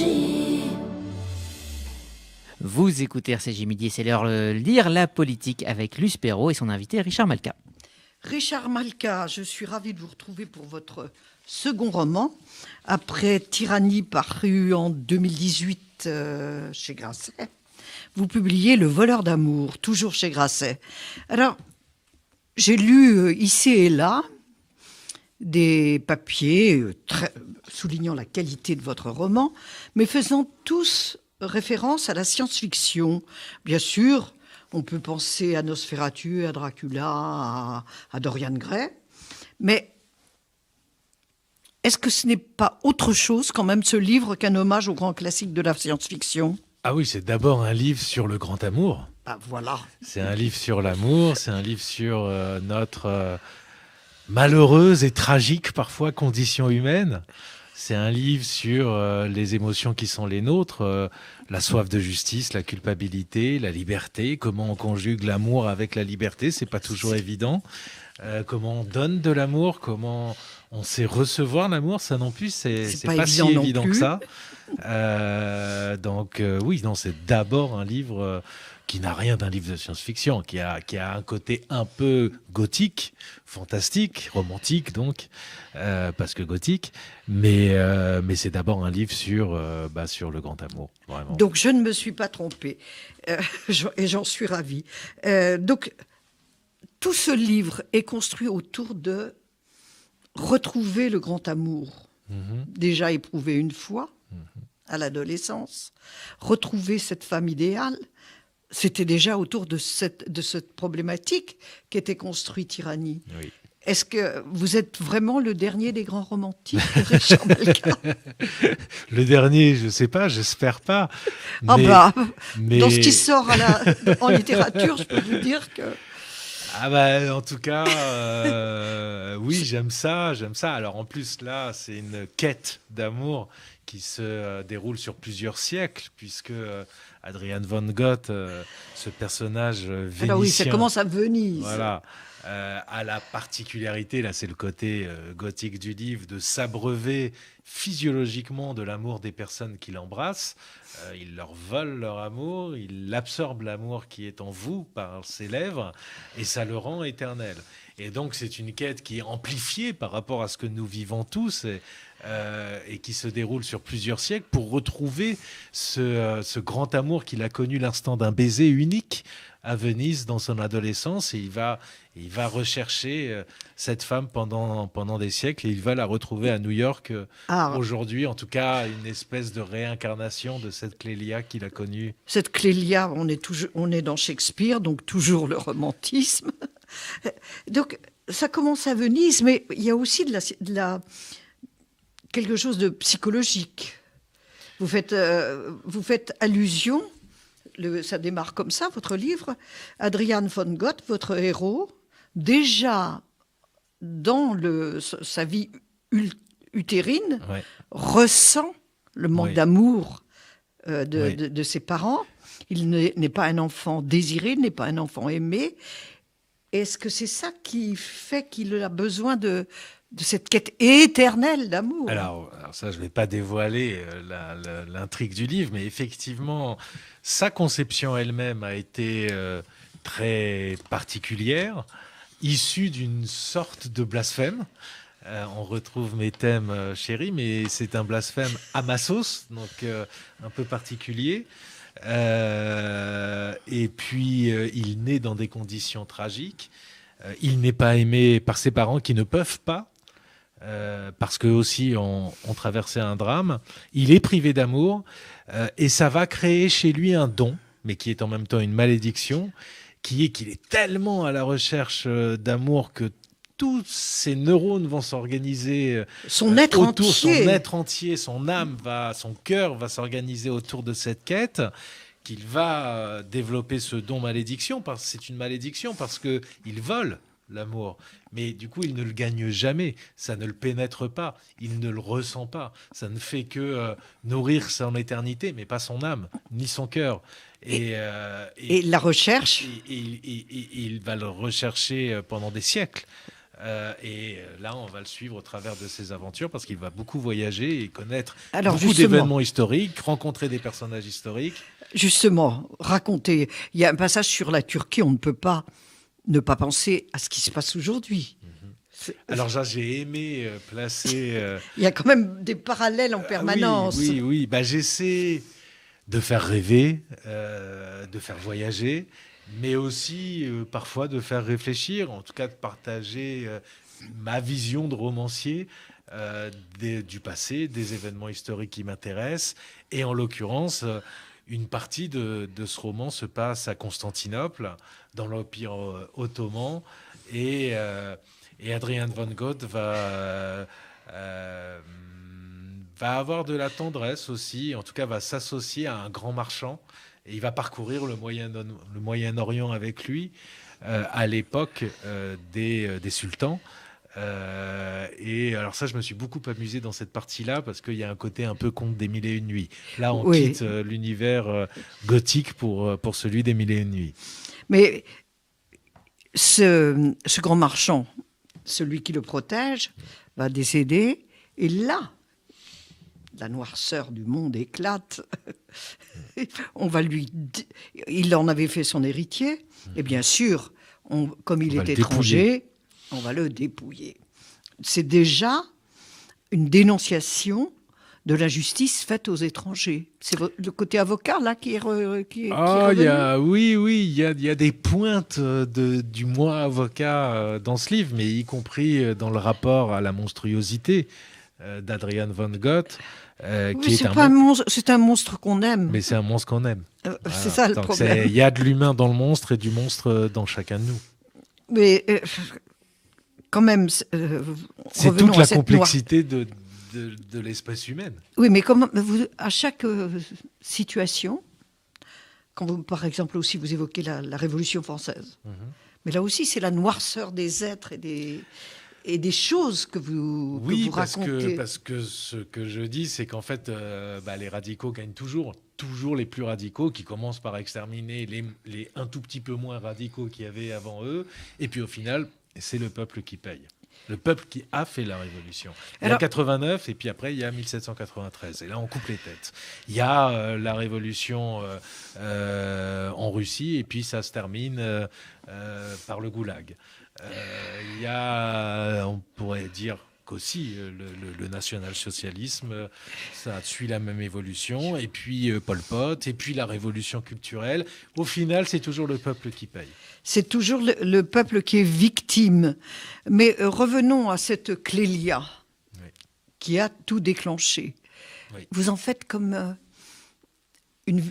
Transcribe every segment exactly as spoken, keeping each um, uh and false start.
J. Vous écoutez R C J Midi, c'est l'heure de lire la politique avec Luce Perrault et son invité Richard Malka. Richard Malka, je suis ravie de vous retrouver pour votre second roman. Après Tyrannie, paru en deux mille dix-huit euh, chez Grasset, vous publiez Le voleur d'amour, toujours chez Grasset. Alors, j'ai lu euh, ici et là des papiers euh, très, soulignant la qualité de votre roman, mais faisant tous référence à la science-fiction. Bien sûr, on peut penser à Nosferatu, à Dracula, à, à Dorian Gray, mais est-ce que ce n'est pas autre chose quand même ce livre qu'un hommage au grand classique de la science-fiction ? Ah oui, c'est d'abord un livre sur le grand amour. Ah voilà. C'est un livre sur l'amour, c'est un livre sur euh, notre euh, malheureuse et tragique parfois condition humaine. C'est un livre sur euh, les émotions qui sont les nôtres, euh, la soif de justice, la culpabilité, la liberté, comment on conjugue l'amour avec la liberté, c'est pas toujours évident. Euh, comment on donne de l'amour, comment on sait recevoir l'amour, ça non plus, c'est, C'est c'est pas pas, évident si non évident plus. que ça. Euh, donc euh, oui, non, c'est d'abord un livre euh, qui n'a rien d'un livre de science-fiction, qui a, qui a un côté un peu gothique, fantastique, romantique donc, euh, parce que gothique, mais, euh, mais c'est d'abord un livre sur, euh, bah, sur le grand amour, vraiment. Donc je ne me suis pas trompée, euh, et j'en suis ravie. Euh, donc tout ce livre est construit autour de retrouver le grand amour, Mhm. déjà éprouvé une fois à l'adolescence, retrouver cette femme idéale. C'était déjà autour de cette, de cette problématique qu'était construite Tyrannie. Oui. Est-ce que vous êtes vraiment le dernier des grands romantiques, Richard Malka ? Le dernier, je sais pas, j'espère pas. Ah mais- bah, mais- dans ce qui sort à la, en littérature, je peux vous dire que... Ah bah, en tout cas, euh, oui, j'aime ça, j'aime ça. Alors en plus, là, c'est une quête d'amour qui se euh, déroule sur plusieurs siècles, puisque euh, Adrian von Gogh, euh, ce personnage euh, vénitien... Alors oui, ça commence à Venise. Voilà. Euh, a la particularité, là c'est le côté euh, gothique du livre, de s'abreuver physiologiquement de l'amour des personnes qu'il embrasse. Euh, il leur vole leur amour, il absorbe l'amour qui est en vous par ses lèvres, et ça le rend éternel. Et donc c'est une quête qui est amplifiée par rapport à ce que nous vivons tous, et, euh, et qui se déroule sur plusieurs siècles pour retrouver ce, euh, ce grand amour qu'il a connu l'instant d'un baiser unique à Venise dans son adolescence, et il va, il va rechercher euh, cette femme pendant, pendant des siècles, et il va la retrouver à New York euh, Ah, aujourd'hui, en tout cas une espèce de réincarnation de cette Clélia qu'il a connue. cette Clélia, on est, toujours, on est dans Shakespeare, donc toujours le romantisme. Donc ça commence à Venise, mais il y a aussi de la, de la, quelque chose de psychologique. Vous faites, euh, vous faites allusion, le, ça démarre comme ça, votre livre, Adrian von Gogh, votre héros, déjà dans le, sa vie ul- utérine, Ouais. ressent le manque Oui. d'amour euh, de, Oui. de, de ses parents. Il n'est, n'est pas un enfant désiré, il n'est pas un enfant aimé. Est-ce que c'est ça qui fait qu'il a besoin de, de cette quête éternelle d'amour ? Alors, alors ça, je ne vais pas dévoiler euh, la- la- l'intrigue du livre, mais effectivement, sa conception elle-même a été euh, très particulière, issue d'une sorte de blasphème. Euh, on retrouve mes thèmes euh, chéris, mais c'est un blasphème à ma sauce, donc euh, un peu particulier. Euh, et puis, euh, il naît dans des conditions tragiques. Euh, il n'est pas aimé par ses parents qui ne peuvent pas, euh, parce qu'eux aussi ont, ont traversé un drame. Il est privé d'amour, euh, et ça va créer chez lui un don, mais qui est en même temps une malédiction, qui est qu'il est tellement à la recherche euh, d'amour que tous ses neurones vont s'organiser euh, Son être autour, entier. son être entier, son âme va, son cœur va s'organiser autour de cette quête, qu'il va euh, développer ce don malédiction, parce que c'est une malédiction, parce que il vole l'amour, mais du coup il ne le gagne jamais, ça ne le pénètre pas, il ne le ressent pas, ça ne fait que euh, nourrir son éternité, mais pas son âme, ni son cœur. Et, euh, Et la recherche, et- et- et- et- et il va le rechercher euh, pendant des siècles. Euh, et là, on va le suivre au travers de ses aventures parce qu'il va beaucoup voyager et connaître Alors, beaucoup justement. d'événements historiques, rencontrer des personnages historiques. Justement, racontez. Il y a un passage sur la Turquie, on ne peut pas ne pas penser à ce qui se passe aujourd'hui. C'est- Alors, ça, j'ai aimé euh, placer. euh, Il y a quand même des parallèles en permanence. Oui, oui, oui. Bah, j'essaie de faire rêver, euh, de faire voyager, mais aussi euh, parfois de faire réfléchir, en tout cas de partager euh, ma vision de romancier euh, des- du passé, des événements historiques qui m'intéressent. Et en l'occurrence, euh, une partie de, de ce roman se passe à Constantinople, dans l'Empire euh, ottoman, et, euh, et Adrian von Gogh va... euh, euh, va avoir de la tendresse aussi, en tout cas va s'associer à un grand marchand et il va parcourir le Moyen, le Moyen-Orient avec lui euh, à l'époque euh, des, euh, des sultans. Euh, et alors ça, je me suis beaucoup amusé dans cette partie-là parce qu'il y a un côté un peu conte des Mille et Une Nuits. Là, on Oui. quitte euh, l'univers euh, gothique pour, euh, pour celui des Mille et Une Nuits. Mais ce, ce grand marchand, celui qui le protège, va décéder. Et là, la noirceur du monde éclate. On va lui... dé- Il en avait fait son héritier. Et bien sûr, on- comme il On va est le étranger, on va le dépouiller. C'est déjà une dénonciation de l'injustice faite aux étrangers. C'est vo- le côté avocat, là, qui est, re- qui est- qui est Ah, il revenu. y a, oui, oui, il y a, il y a des pointes euh, de, du moi avocat euh, dans ce livre, mais y compris euh, dans le rapport à la monstruosité euh, d'Adrian von Gogh, euh, Oui, qui est c'est un pas un mon- monstre, c'est un monstre qu'on aime. mais c'est un monstre qu'on aime. Euh, Voilà. C'est ça le Donc, problème. c'est- il y a de l'humain dans le monstre et du monstre euh, dans chacun de nous. Mais euh, quand même, euh, C'est revenons toute à la cette complexité de, de, de l'espèce humaine. noire- Oui, mais comment vous, à chaque euh, situation, quand vous, par exemple aussi vous évoquez la, la Révolution française, Mhm. mais là aussi c'est la noirceur des êtres et des et des choses que vous, que Oui, vous parce racontez. que, parce que ce que je dis, c'est qu'en fait, euh, bah, les radicaux gagnent toujours, toujours les plus radicaux, qui commencent par exterminer les, les un tout petit peu moins radicaux qu'il y avait avant eux, et puis au final, c'est le peuple qui paye. Le peuple qui a fait la révolution. Il y a Alors- quatre-vingt-neuf, et puis après, il y a mille sept cent quatre-vingt-treize. Et là, on coupe les têtes. Il y a euh, la révolution euh, euh, en Russie, et puis ça se termine euh, euh, par le goulag. Euh, Il y a, on pourrait dire qu'aussi euh, le, le- le national-socialisme, euh, ça suit la même évolution, et puis euh, Pol Pot, et puis la révolution culturelle. Au final, c'est toujours le peuple qui paye. C'est toujours le, le peuple qui est victime. Mais euh, revenons à cette Clélia Oui. qui a tout déclenché. Oui. Vous en faites comme euh, une,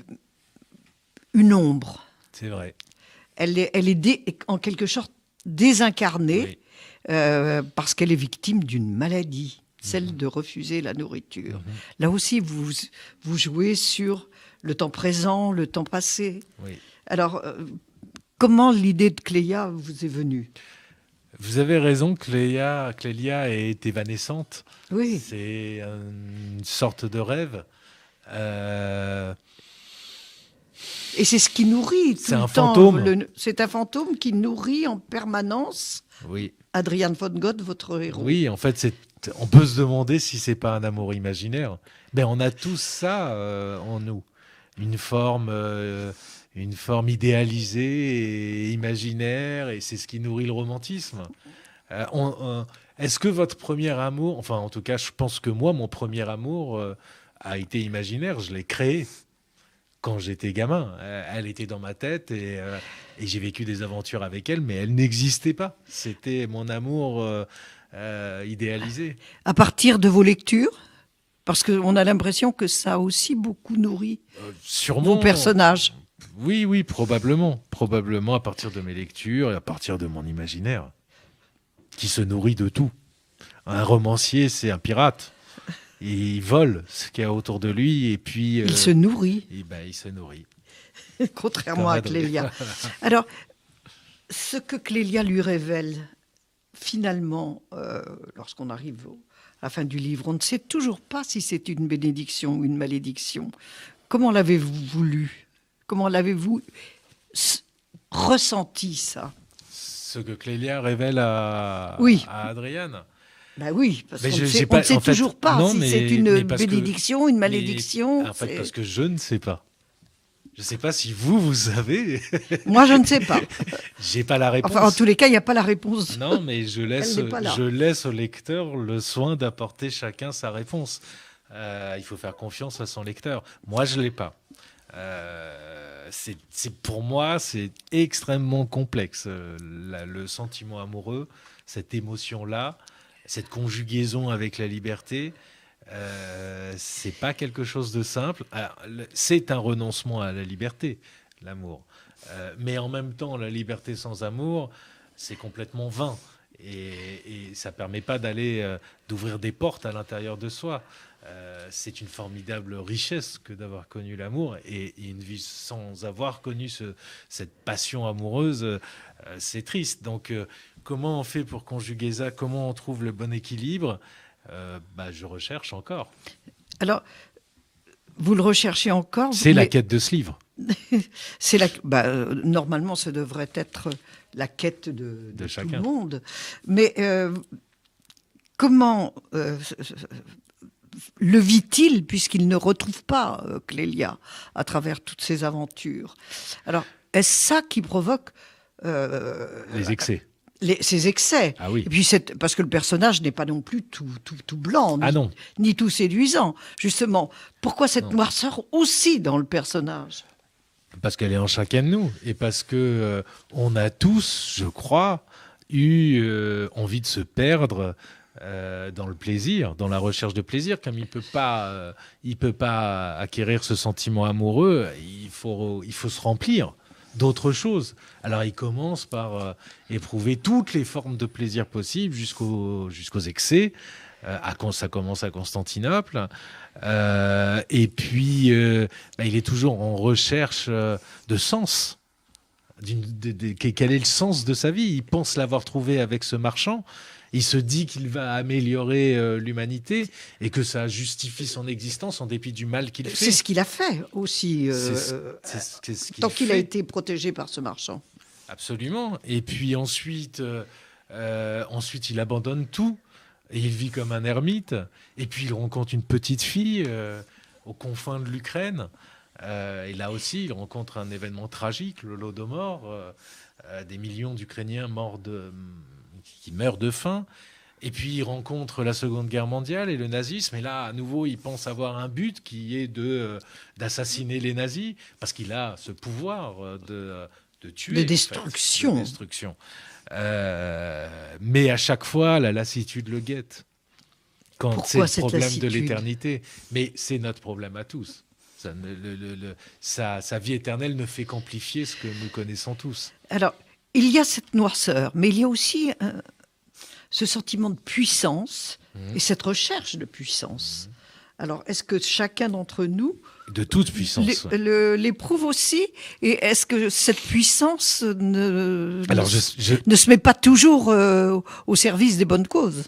une ombre. C'est vrai. Elle est, elle est dé- en quelque sorte désincarnée Oui. euh, parce qu'elle est victime d'une maladie, celle de refuser la nourriture. Mhm. Là aussi, vous, vous jouez sur le temps présent, le temps passé. Oui. Alors, euh, comment l'idée de Clélia vous est venue? Vous avez raison, Clélia, Clélia est évanescente. Oui, C'est une sorte de rêve. Euh, et c'est ce qui nourrit tout C'est le un temps. fantôme. le- C'est un fantôme qui nourrit en permanence oui. Adrian von Gogh, votre héros. Oui, en fait, c'est, on peut se demander si c'est pas un amour imaginaire. Ben, on a tous ça euh, en nous, une forme, euh, une forme idéalisée et imaginaire, et c'est ce qui nourrit le romantisme. Euh, on- on- est-ce que votre premier amour, enfin, en tout cas, je pense que moi, mon premier amour euh, a été imaginaire. Je l'ai créé quand j'étais gamin. Euh, Elle était dans ma tête et, euh, et j'ai vécu des aventures avec elle, mais elle n'existait pas. C'était mon amour euh, euh, idéalisé. À partir de vos lectures, parce qu'on a l'impression que ça a aussi beaucoup nourri Euh, sûrement. vos personnages. Oui, oui, probablement. Probablement à partir de mes lectures et à partir de mon imaginaire, qui se nourrit de tout. Un romancier, c'est un pirate. Il vole ce qu'il y a autour de lui et puis... Il euh, se nourrit, et ben, il se nourrit. contrairement Comme à Adrien. Clélia. Alors, ce que Clélia lui révèle, finalement, euh, lorsqu'on arrive au- à la fin du livre, on ne sait toujours pas si c'est une bénédiction ou une malédiction. Comment l'avez-vous voulu? Comment l'avez-vous s- ressenti, ça? Ce que Clélia révèle à, Oui. à Adriane. Ben oui, parce Mais qu'on je- ne j'ai sait, pas- on ne sait en fait, toujours pas non, si mais- c'est une mais parce que- bénédiction, une Mais, malédiction. en fait, c'est- parce que je ne sais pas. Je ne sais pas si vous, vous savez. Moi, je ne sais pas. J'ai pas la réponse. Enfin, en tous les cas, il n'y a pas la réponse. Non, mais je laisse, Elle n'est pas là. je laisse au lecteur le soin d'apporter chacun sa réponse. Euh, il faut faire confiance à son lecteur. Moi, je l'ai pas. Euh, c'est, c'est pour moi, c'est extrêmement complexe. Euh, la- le sentiment amoureux, cette émotion-là, cette conjugaison avec la liberté. Euh, c'est pas quelque chose de simple. Alors, le- c'est un renoncement à la liberté, l'amour. Euh, mais en même temps, la liberté sans amour, c'est complètement vain. Et, et ça permet pas d'aller euh, d'ouvrir des portes à l'intérieur de soi. Euh, c'est une formidable richesse que d'avoir connu l'amour, et, et une vie sans avoir connu ce- cette passion amoureuse, euh, c'est triste. Donc, euh, comment on fait pour conjuguer ça? Comment on trouve le bon équilibre? Euh, bah, je recherche encore. Alors, vous le recherchez encore. C'est la mais quête de ce livre. c'est la. Bah, euh, normalement, ça devrait être la quête de, de De tout chacun. le monde. Mais euh, comment euh, le vit-il, puisqu'il ne retrouve pas euh, Clélia à travers toutes ses aventures? Alors, est-ce ça qui provoque euh, Les excès. les- ces excès? Ah oui. Et puis, c'est- parce que le personnage n'est pas non plus tout, tout, tout blanc, ni, Ah non. ni tout séduisant. Justement, pourquoi cette Non. noirceur aussi dans le personnage? Parce qu'elle est en chacun de nous, et parce que euh, on a tous, je crois, eu euh, envie de se perdre euh, dans le plaisir, dans la recherche de plaisir. Comme il peut pas, euh, il peut pas acquérir ce sentiment amoureux, il faut, il faut se remplir d'autres choses. Alors il commence par euh, éprouver toutes les formes de plaisir possibles jusqu'au, jusqu'aux excès. Euh, à, Con- ça commence à Constantinople. Euh, et puis, euh, bah, il est toujours en recherche euh, de sens. D'une- de- de- que- quel est le sens de sa vie? Il pense l'avoir trouvé avec ce marchand. Il se dit qu'il va améliorer euh, l'humanité et que ça justifie son existence en dépit du mal qu'il fait. C'est ce qu'il a fait aussi, euh, C'est- euh, c'est ce- c'est ce qu'il tant qu'il a fait. été protégé par ce marchand. Absolument. Et puis ensuite, euh, euh, ensuite, il abandonne tout. Et il vit comme un ermite. Et puis, il rencontre une petite fille euh, aux confins de l'Ukraine. Euh, et là aussi, il rencontre un événement tragique, l'Holodomor. Euh, euh, des millions d'Ukrainiens morts de, qui meurent de faim. Et puis, il rencontre la Seconde Guerre mondiale et le nazisme. Et là, à nouveau, il pense avoir un but qui est de, euh, d'assassiner les nazis, parce qu'il a ce pouvoir euh, de, de tuer. De en fait, destruction. de destruction. Euh, mais à chaque fois, la lassitude le guette. Quand Pourquoi c'est le cette problème lassitude de l'éternité. Mais c'est notre problème à tous. Ça ne- le- le- le- sa, sa vie éternelle ne fait qu'amplifier ce que nous connaissons tous. Alors, il y a cette noirceur, mais il y a aussi euh, ce sentiment de puissance Mhm. et cette recherche de puissance. Alors, est-ce que chacun d'entre nous De toute puissance. l'é- le- l'éprouve aussi? Et est-ce que cette puissance ne, Alors, ne, je, je- ne se met pas toujours euh, au service des bonnes causes?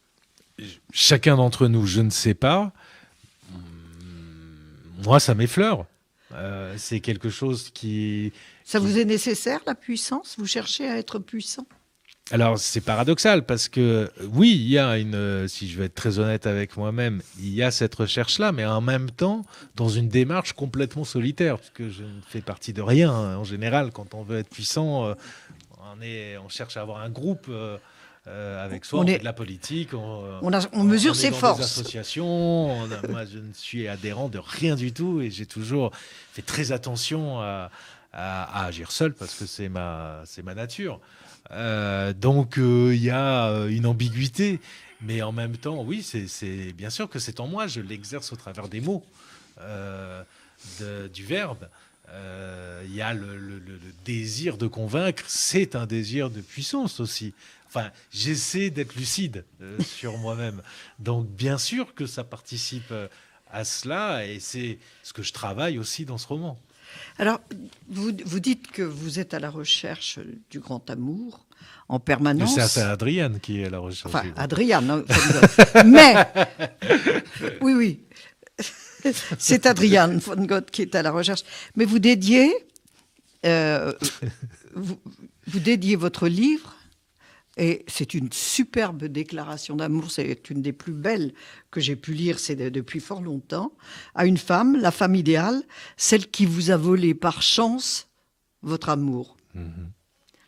chacun d'entre nous, je ne sais pas. Hum, Moi, ça m'effleure. Euh, c'est quelque chose qui... Ça vous est nécessaire, la puissance? Vous cherchez à être puissant? Alors, c'est paradoxal parce que, oui, il y a une, euh, si je vais être très honnête avec moi-même, il y a cette recherche-là, mais en même temps, dans une démarche complètement solitaire, parce que je ne fais partie de rien. hein. En général, quand on veut être puissant, euh, on, est, on cherche à avoir un groupe euh, euh, avec soi, On on, est- fait de la politique, on, euh, On, a- on mesure on est ses dans des forces. associations. on a- moi, je ne suis adhérent de rien du tout et j'ai toujours fait très attention à, à- à agir seul parce que c'est ma, c'est ma nature. Euh, donc euh, il y a euh, une ambiguïté, mais en même temps, oui, c'est, c'est bien sûr que c'est en moi. Je l'exerce au travers des mots, euh, de- du verbe. Euh, Il y a le, le- le- le désir de convaincre, c'est un désir de puissance aussi. Enfin, j'essaie d'être lucide euh, sur moi-même. Donc, bien sûr que ça participe euh, à cela, et c'est ce que je travaille aussi dans ce roman. Alors, vous, vous dites que vous êtes à la recherche du grand amour en Mais permanence. c'est c'est Adrienne qui est à la recherche. Enfin, du- Adriane. hein, von Gogh. Mais, oui, oui, c'est Adriane von Gogh qui est à la recherche. Mais vous dédiez, euh, vous- vous dédiez votre livre, et c'est une superbe déclaration d'amour, c'est une des plus belles que j'ai pu lire c'est de, depuis fort longtemps, à une femme, la femme idéale, celle qui vous a volé par chance votre amour. Mm-hmm. Alors ?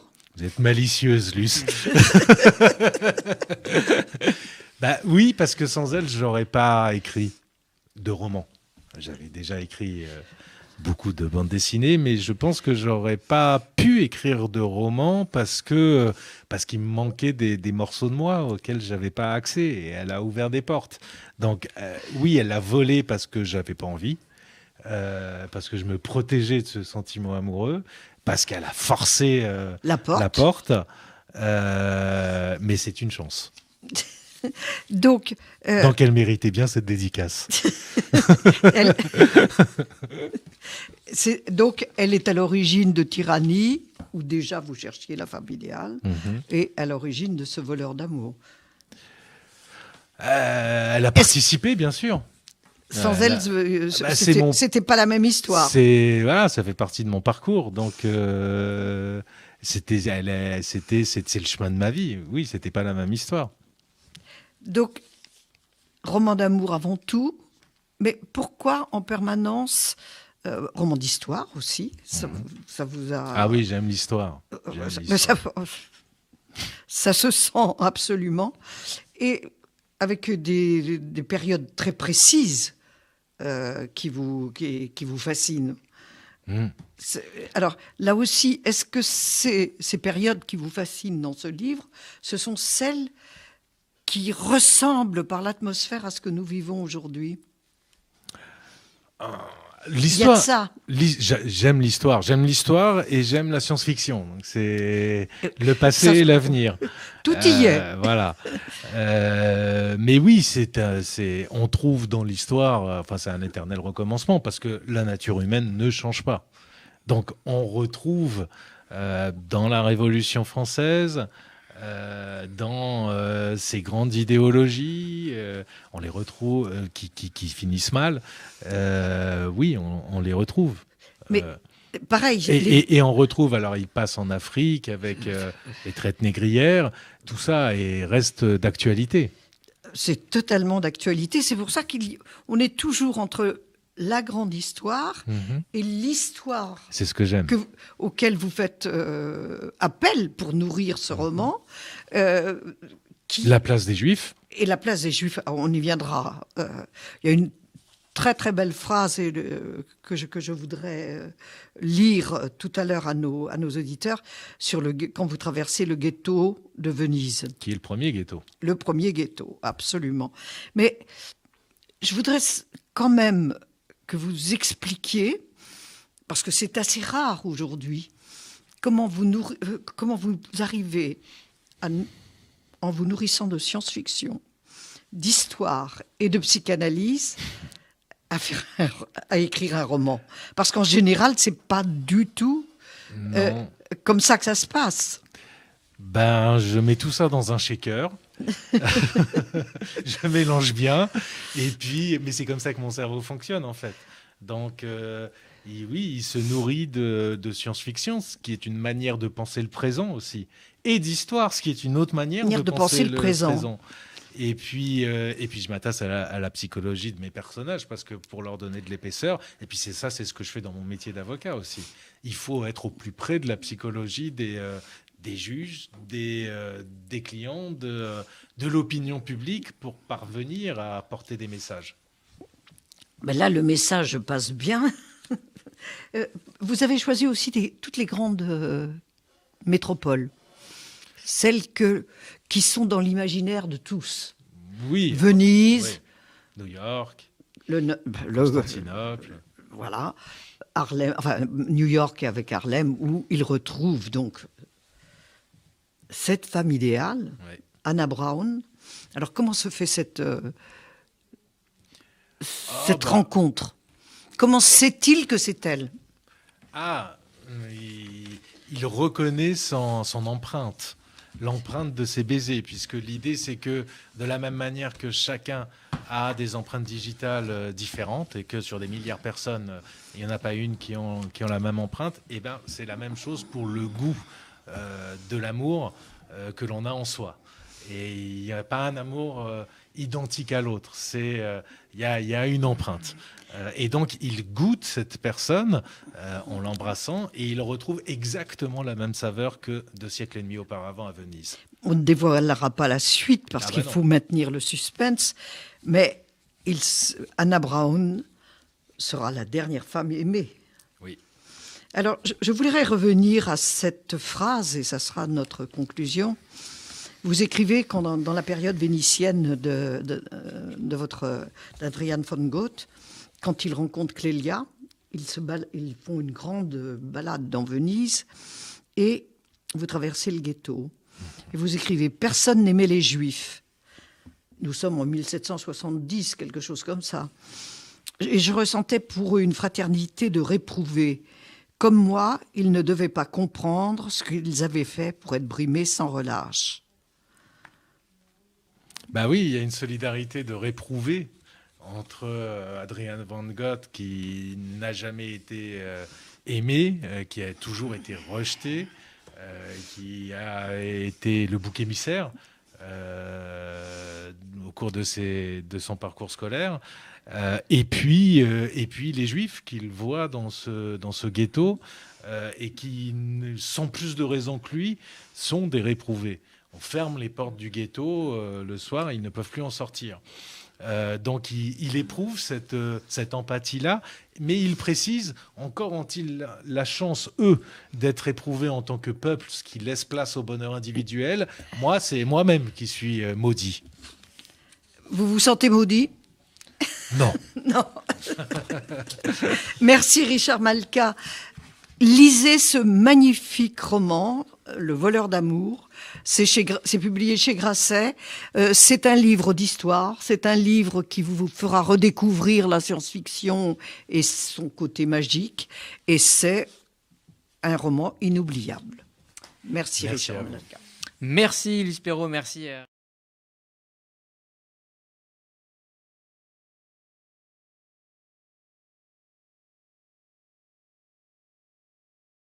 Vous êtes malicieuse, Luce. Bah oui, parce que sans elle, je n'aurais pas écrit de roman. J'avais déjà écrit euh, beaucoup de bandes dessinées, mais je pense que j'aurais pas pu écrire de roman parce que parce qu'il me manquait des, des morceaux de moi auxquels j'avais pas accès. Et elle a ouvert des portes. Donc euh, oui, elle a volé parce que j'avais pas envie, euh, parce que je me protégeais de ce sentiment amoureux, parce qu'elle a forcé euh, La porte. la porte. Euh, mais c'est une chance. Donc, euh, Donc elle méritait bien cette dédicace. elle... c'est, donc, elle est à l'origine de Tyrannie, où déjà vous cherchiez la femme idéale, Mm-hmm. et à l'origine de ce voleur d'amour. Euh, elle a participé, bien sûr. Sans Euh, elle, là- euh, bah, c'est c'était, mon- c'était pas la même histoire. C'est voilà, ça fait partie de mon parcours. Donc euh, c'était, elle est- c'était, c'est, c'est le chemin de ma vie. Oui, c'était pas la même histoire. Donc, roman d'amour avant tout, mais pourquoi en permanence euh, roman d'histoire aussi, ça, vous- ça vous a... Ah oui, j'aime l'histoire. Euh, J'aime ça, l'histoire. ça- ça se sent absolument. Et avec des, des périodes très précises euh, qui, vous, qui, qui vous fascinent. Mm. C'est- Alors, là aussi, est-ce que ces, ces périodes qui vous fascinent dans ce livre, ce sont celles qui ressemblent par l'atmosphère à ce que nous vivons aujourd'hui ? Il y a de L'histoire. ça. L'hi- j'a- J'aime l'histoire. J'aime l'histoire et j'aime la science-fiction. Donc c'est le passé Ça se- et l'avenir. Tout y est. Euh, Voilà. Euh, mais oui, c'est, un- c'est, on trouve dans l'histoire, euh, enfin, c'est un éternel recommencement parce que la nature humaine ne change pas. Donc, on retrouve euh, dans la Révolution française, euh, dans euh, ces grandes idéologies, euh, on les retrouve euh, qui, qui, qui finissent mal. Euh, oui, on, on les retrouve. Mais Euh, pareil, et, les- et- et on retrouve, alors il passe en Afrique avec euh, les traites négrières, tout ça et reste d'actualité. c'est totalement d'actualité. C'est pour ça qu'on est toujours entre la grande histoire Mhm. et l'histoire C'est ce que j'aime. que, auquel vous faites euh, appel pour nourrir ce roman. euh, qui, La place des Juifs. Et la place des Juifs, on y viendra. Euh, Il y a une très très belle phrase et le- que, je, que je voudrais euh, lire tout à l'heure à nos, à nos auditeurs sur le, gue- quand vous traversez le ghetto de Venise. Qui est le premier ghetto. Le premier ghetto, absolument. Mais je voudrais s- quand même que vous expliquiez, parce que c'est assez rare aujourd'hui, comment vous, nourri- euh, comment vous arrivez, à n- en vous nourrissant de science-fiction, d'histoire et de psychanalyse, à, faire un- à écrire un roman. Parce qu'en général, c'est pas du tout Non. euh, comme ça que ça se passe. Ben, je mets tout ça dans un shaker. Je mélange bien. Et puis, mais c'est comme ça que mon cerveau fonctionne, en fait. Donc, euh, il- oui, il se nourrit de, de science-fiction, ce qui est une manière de penser le présent aussi. Et d'histoire, ce qui est une autre manière, Manière de penser le présent. Et puis, euh, et puis, je m'attache à la, à la psychologie de mes personnages parce que pour leur donner de l'épaisseur. Et puis, c'est ça, c'est ce que je fais dans mon métier d'avocat aussi. Il faut être au plus près de la psychologie des, euh, des juges, des, euh, des clients, de, de l'opinion publique pour parvenir à porter des messages. Ben là, le message passe bien. Euh, vous avez choisi aussi des- toutes les grandes euh, métropoles, celles que, qui sont dans l'imaginaire de tous. Oui. Venise, Oui. New York, le, le- Constantinople. voilà, Harlem, enfin New York avec Harlem, où il retrouve donc cette femme idéale, Oui. Anna Brown. Alors comment se fait cette, euh, cette bah. rencontre ? Comment sait-il que c'est elle ? Ah, il, il reconnaît son, son empreinte, l'empreinte de ses baisers, puisque l'idée c'est que de la même manière que chacun a des empreintes digitales euh, différentes et que sur des milliards de personnes, euh, il n'y en a pas une qui ont, qui ont la même empreinte, et ben c'est la même chose pour le goût. euh, de l'amour euh, que l'on a en soi. Et il n'y a pas un amour euh, identique à l'autre. C'est, euh, il y a, il y a une empreinte. Euh, et donc, il goûte cette personne euh, en l'embrassant et il retrouve exactement la même saveur que deux siècles et demi auparavant à Venise. On ne dévoilera pas la suite parce Ah bah qu'il non. faut maintenir le suspense, mais il, Anna Brown sera la dernière femme aimée. Oui. Alors, je, je voudrais revenir à cette phrase, et ça sera notre conclusion. Vous écrivez quand dans, dans la période vénitienne de, de, de votre d'Adrian von Gogh, quand il rencontre Clélia, ils, se bal- ils font une grande balade dans Venise et vous traversez le ghetto. Et vous écrivez « Personne n'aimait les Juifs ». Nous sommes en mille sept cent soixante-dix, quelque chose comme ça. Et je ressentais pour eux une fraternité de réprouvés. Comme moi, ils ne devaient pas comprendre ce qu'ils avaient fait pour être brimés sans relâche. Bah oui, il y a une solidarité de réprouvés entre euh, Adrian van Gogh, qui n'a jamais été euh, aimé, euh, qui a toujours été rejeté, euh, qui a été le bouc émissaire euh, au cours de, ses, de son parcours scolaire, euh, et, puis, euh, et puis les Juifs qu'il voit dans ce, dans ce ghetto euh, et qui, sans plus de raison que lui, sont des réprouvés. On ferme les portes du ghetto euh, le soir et ils ne peuvent plus en sortir. Euh, donc il, il éprouve cette, euh, cette empathie-là, mais il précise, encore ont-ils la chance, eux, d'être éprouvés en tant que peuple, ce qui laisse place au bonheur individuel. Moi, c'est moi-même qui suis euh, maudit. Vous vous sentez maudit ? Non. Non. Merci Richard Malka. Lisez ce magnifique roman, Le voleur d'amour. C'est, chez, c'est publié chez Grasset. Euh, c'est un livre d'histoire. C'est un livre qui vous fera redécouvrir la science-fiction et son côté magique. Et c'est un roman inoubliable. Merci, Merci Richard à vous. Malka. Merci Luce Perrault, merci. euh,